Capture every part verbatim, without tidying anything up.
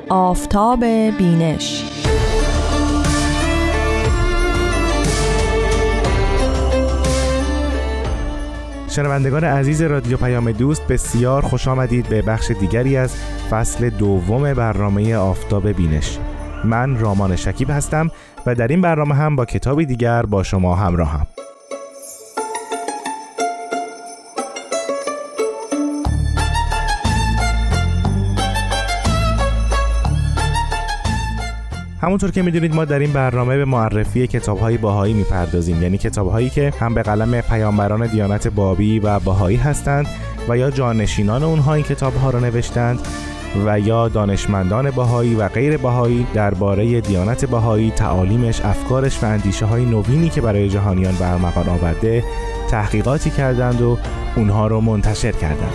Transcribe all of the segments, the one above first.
آفتاب بینش. شنوندگان عزیز رادیو پیام دوست، بسیار خوش آمدید به بخش دیگری از فصل دوم برنامه آفتاب بینش. من رامان شکیب هستم و در این برنامه هم با کتابی دیگر با شما همراهم. همونطور که میدونید ما در این برنامه به معرفی کتاب‌های بهایی میپردازیم، یعنی کتاب‌هایی که هم به قلم پیامبران دیانت بابی و بهایی هستند و یا جانشینان اونها این کتاب‌ها رو نوشتند و یا دانشمندان بهایی و غیر بهایی درباره دیانت بهایی، تعالیمش، افکارش و اندیشه‌های نوینی که برای جهانیان به ارمغان آورده تحقیقاتی کردند و اونها رو منتشر کردند.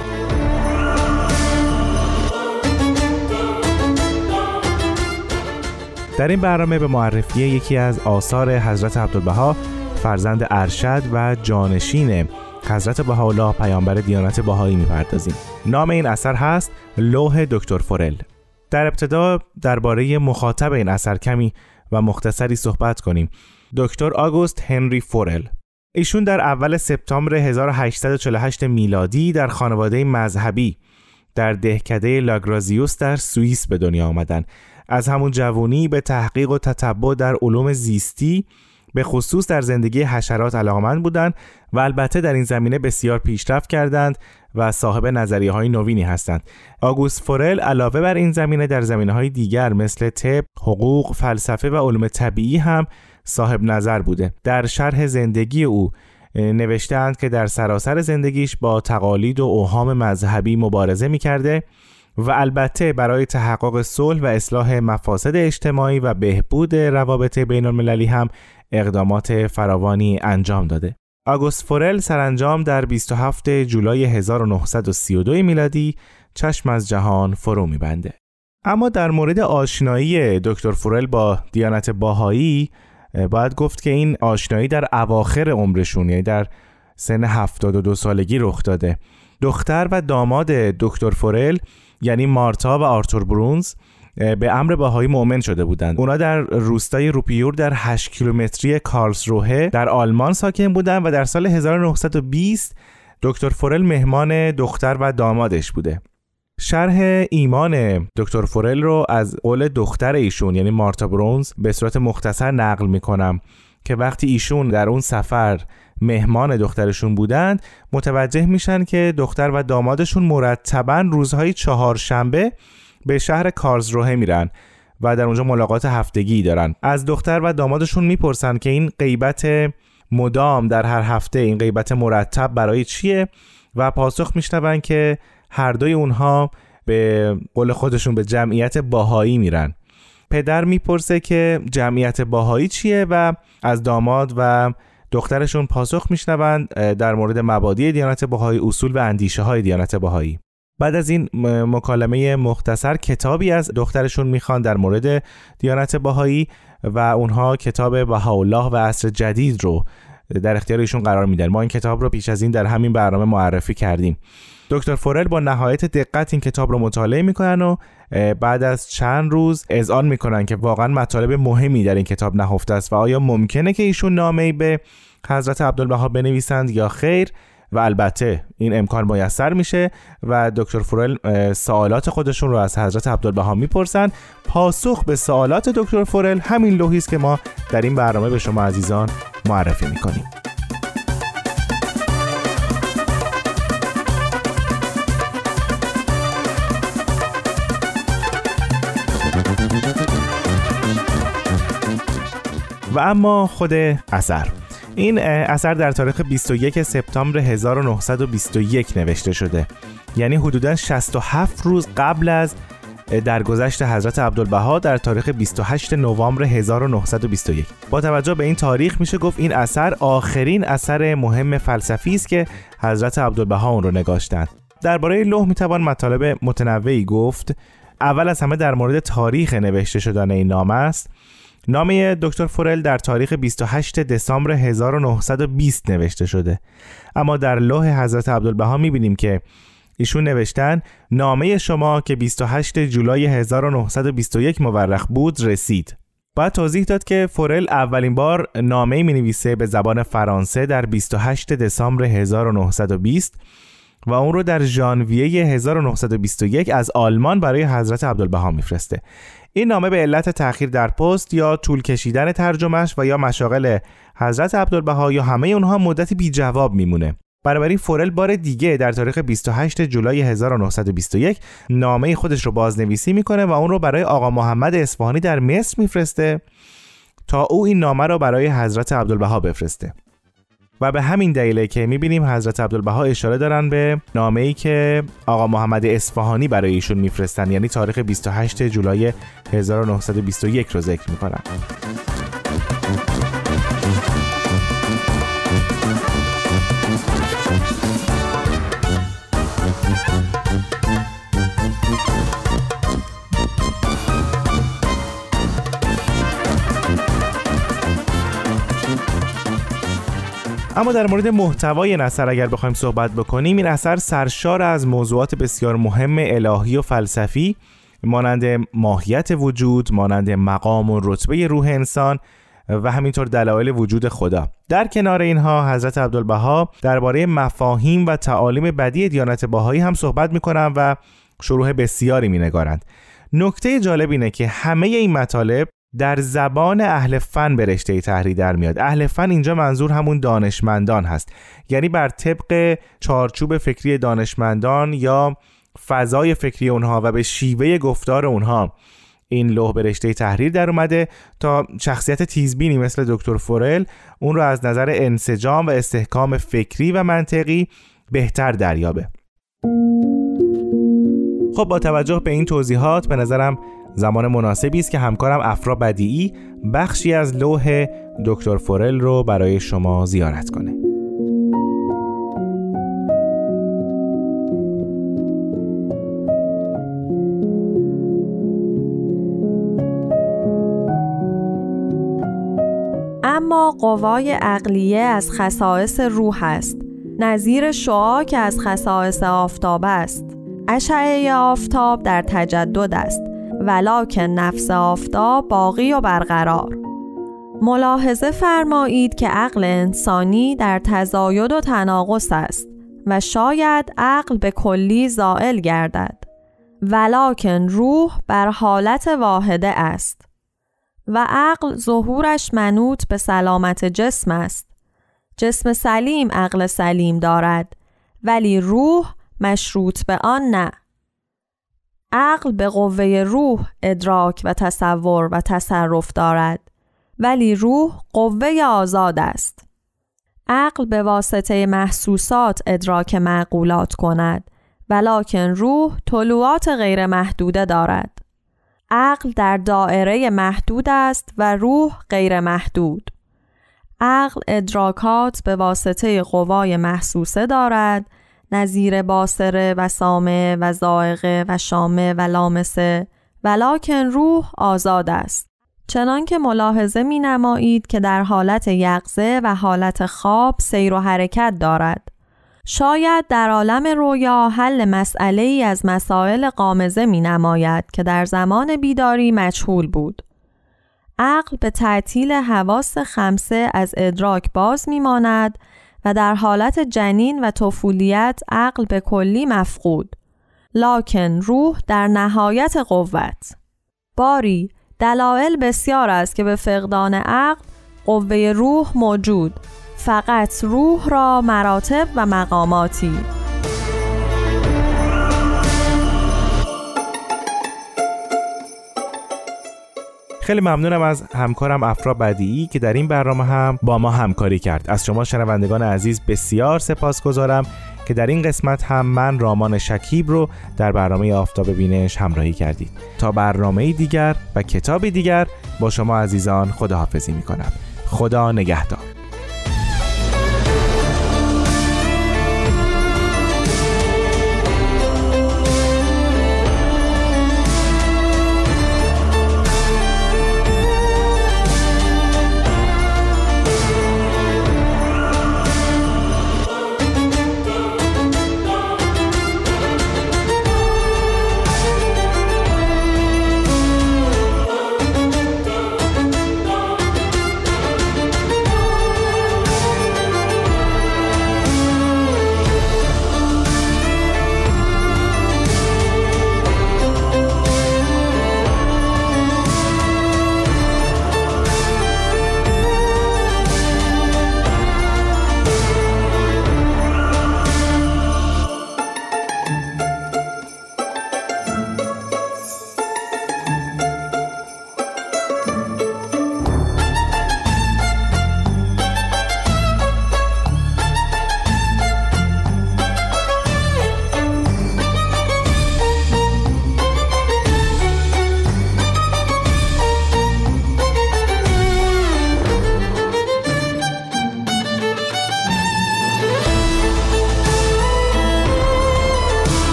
در این برنامه به معرفی یکی از آثار حضرت عبدالبها فرزند ارشد و جانشین حضرت بهاءالله پیامبر دیانت بهایی میپردازیم. نام این اثر هست لوح دکتر فورل. در ابتدا درباره مخاطب این اثر کمی و مختصری صحبت کنیم. دکتر آگوست هنری فورل. ایشون در اول سپتامبر هزار و هشتصد و چهل و هشت میلادی در خانواده مذهبی در دهکده لاگرازیوس در سوئیس به دنیا آمدن. از همون جوانی به تحقیق و تتبع در علوم زیستی به خصوص در زندگی حشرات علاقه‌مند بودند و البته در این زمینه بسیار پیشرفت کردند و صاحب نظریه‌های نوینی هستند. آگوست فورل علاوه بر این زمینه در زمینه‌های دیگر مثل طب، حقوق، فلسفه و علوم طبیعی هم صاحب نظر بوده. در شرح زندگی او نوشتند که در سراسر زندگیش با تقالید و اوهام مذهبی مبارزه می‌کرده و البته برای تحقق صلح و اصلاح مفاسد اجتماعی و بهبود روابط بین المللی هم اقدامات فراوانی انجام داده. آگوست فورل سرانجام در بیست و هفتم جولای هزار و نهصد و سی و دو میلادی چشم از جهان فرو میبنده. اما در مورد آشنایی دکتر فورل با دیانت بهایی باید گفت که این آشنایی در اواخر عمرشون، یعنی در سن هفتاد و دو سالگی رخ داده. دختر و داماد دکتر فورل یعنی مارتا و آرتور برونز به امر بهایی مؤمن شده بودند. اونا در روستای روپیور در هشت کیلومتری کارلسروه در آلمان ساکن بودند و در سال هزار و نهصد و بیست دکتر فورل مهمان دختر و دامادش بوده. شرح ایمان دکتر فورل رو از قول دختر ایشون یعنی مارتا برونز به صورت مختصر نقل میکنم که وقتی ایشون در اون سفر مهمان دخترشون بودند متوجه میشن که دختر و دامادشون مرتباً روزهای چهارشنبه به شهر کارلسروه میرن و در اونجا ملاقات هفتگی دارن. از دختر و دامادشون میپرسن که این غیبت مدام در هر هفته، این غیبت مرتب برای چیه و پاسخ میشنون که هر دوی اونها به قول خودشون به جمعیت بهایی میرن. پدر میپرسه که جمعیت بهایی چیه و از داماد و دخترشون پاسخ میشنوند در مورد مبادی دیانت بهایی، اصول و اندیشه های دیانت بهایی. بعد از این مکالمه مختصر کتابی از دخترشون میخوان در مورد دیانت بهایی و اونها کتاب بهاءالله و عصر جدید رو در اختیار ایشون قرار میدن. ما این کتاب رو پیش از این در همین برنامه معرفی کردیم. دکتر فورل با نهایت دقت این کتاب رو مطالعه میکنن و بعد از چند روز اذعان میکنن که واقعا مطالب مهمی در این کتاب نهفته است و آیا ممکنه که ایشون نامه‌ای به حضرت عبدالبها بنویسند یا خیر، و البته این امکان میسر میشه و دکتر فورل سوالات خودشون رو از حضرت عبدالبها میپرسن. پاسخ به سوالات دکتر فورل همین لوحی است که ما در این برنامه به شما عزیزان معرفی میکنیم. و اما خود اثر. این اثر در تاریخ بیست و یکم سپتامبر هزار و نهصد و بیست و یک نوشته شده، یعنی حدوداً شصت و هفت روز قبل از درگذشت حضرت عبدالبها در تاریخ بیست و هشتم نوامبر هزار و نهصد و بیست و یک. با توجه به این تاریخ میشه گفت این اثر آخرین اثر مهم فلسفی است که حضرت عبدالبها اون رو نگاشتند. درباره لوح میتوان مطالب متنوعی گفت. اول از همه در مورد تاریخ نوشته شدن این نامه است. نامه دکتر فورل در تاریخ بیست و هشتم دسامبر هزار و نهصد و بیست نوشته شده، اما در لوح حضرت عبدالبها میبینیم که ایشون نوشتن نامه شما که بیست و هشتم جولای هزار و نهصد و بیست و یک مورخ بود رسید. باید توضیح داد که فورل اولین بار نامه‌ای می‌نویسه به زبان فرانسه در بیست و هشتم دسامبر هزار و نهصد و بیست و اون رو در ژانویه هزار و نهصد و بیست و یک از آلمان برای حضرت عبدالبها میفرسته. این نامه به علت تأخیر در پست یا طول کشیدن ترجمهش و یا مشاغل حضرت عبدالبها یا همه اونها مدتی بی جواب میمونه. بنابراین فورل بار دیگه در تاریخ بیست و هشتم جولای هزار و نهصد و بیست و یک نامه خودش رو بازنویسی میکنه و اون رو برای آقا محمد اصفهانی در مصر میفرسته تا او این نامه رو برای حضرت عبدالبها بفرسته. و به همین دلیله که میبینیم حضرت عبدالبها اشاره دارن به نامه‌ای که آقا محمد اصفهانی برای ایشون میفرستن، یعنی تاریخ بیست و هشتم جولای هزار و نهصد و بیست و یک رو ذکر میکنن. اما در مورد محتوای این اثر اگر بخوایم صحبت بکنیم، این اثر سرشار از موضوعات بسیار مهم الهی و فلسفی مانند ماهیت وجود، مانند مقام و رتبه روح انسان و همینطور دلایل وجود خدا. در کنار اینها حضرت عبدالبها درباره مفاهیم و تعالیم بدیع دیانت بهایی هم صحبت میکنن و شروح بسیاری مینگارند. نکته جالب اینه که همه این مطالب در زبان اهل فن به رشته تحریر در میاد. اهل فن اینجا منظور همون دانشمندان هست، یعنی بر طبق چارچوب فکری دانشمندان یا فضای فکری اونها و به شیوه گفتار اونها این لوح به رشته تحریر در اومده تا شخصیت تیزبینی مثل دکتر فورل اون رو از نظر انسجام و استحکام فکری و منطقی بهتر دریابه. خب با توجه به این توضیحات به نظرم زمان مناسبی است که همکارم افرا بدیعی بخشی از لوح دکتر فورل رو برای شما زیارت کنه. اما قوای عقلیه از خصائص روح است، نظیر شعاع که از خصائص آفتاب است. اشعه آفتاب در تجدد است، ولکن نفس آفتاب باقی و برقرار. ملاحظه فرمایید که عقل انسانی در تزاید و تناقض است و شاید عقل به کلی زائل گردد، ولکن روح بر حالت واحده است و عقل ظهورش منوط به سلامت جسم است. جسم سلیم عقل سلیم دارد، ولی روح مشروط به آن نه. عقل به قوه روح ادراک و تصور و تصرف دارد، ولی روح قوه آزاد است. عقل به واسطه محسوسات ادراک معقولات کند، ولکن روح طلوعات غیر محدوده دارد. عقل در دائره محدود است و روح غیر محدود. عقل ادراکات به واسطه قوای محسوسه دارد، نظیر باصره و سامع و ذائقه و شامه و لامسه، ولکن روح آزاد است. چنان که ملاحظه می نمایید که در حالت یقظه و حالت خواب سیر و حرکت دارد. شاید در عالم رویا حل مسئله ای از مسائل غامضه می نماید که در زمان بیداری مجهول بود. عقل به تعطیل حواس خمسه از ادراک باز می ماند و در حالت جنین و طفولیت عقل به کلی مفقود، لکن روح در نهایت قوت. باری دلایل بسیار است که به فقدان عقل قوه روح موجود، فقط روح را مراتب و مقاماتی. خیلی ممنونم از همکارم افرا بدیعی که در این برنامه هم با ما همکاری کرد. از شما شنوندگان عزیز بسیار سپاسگزارم که در این قسمت هم من رامان شکیب رو در برنامه آفتاب بینش همراهی کردید. تا برنامه دیگر و کتابی دیگر با شما عزیزان خداحافظی میکنم. خدا نگهدار.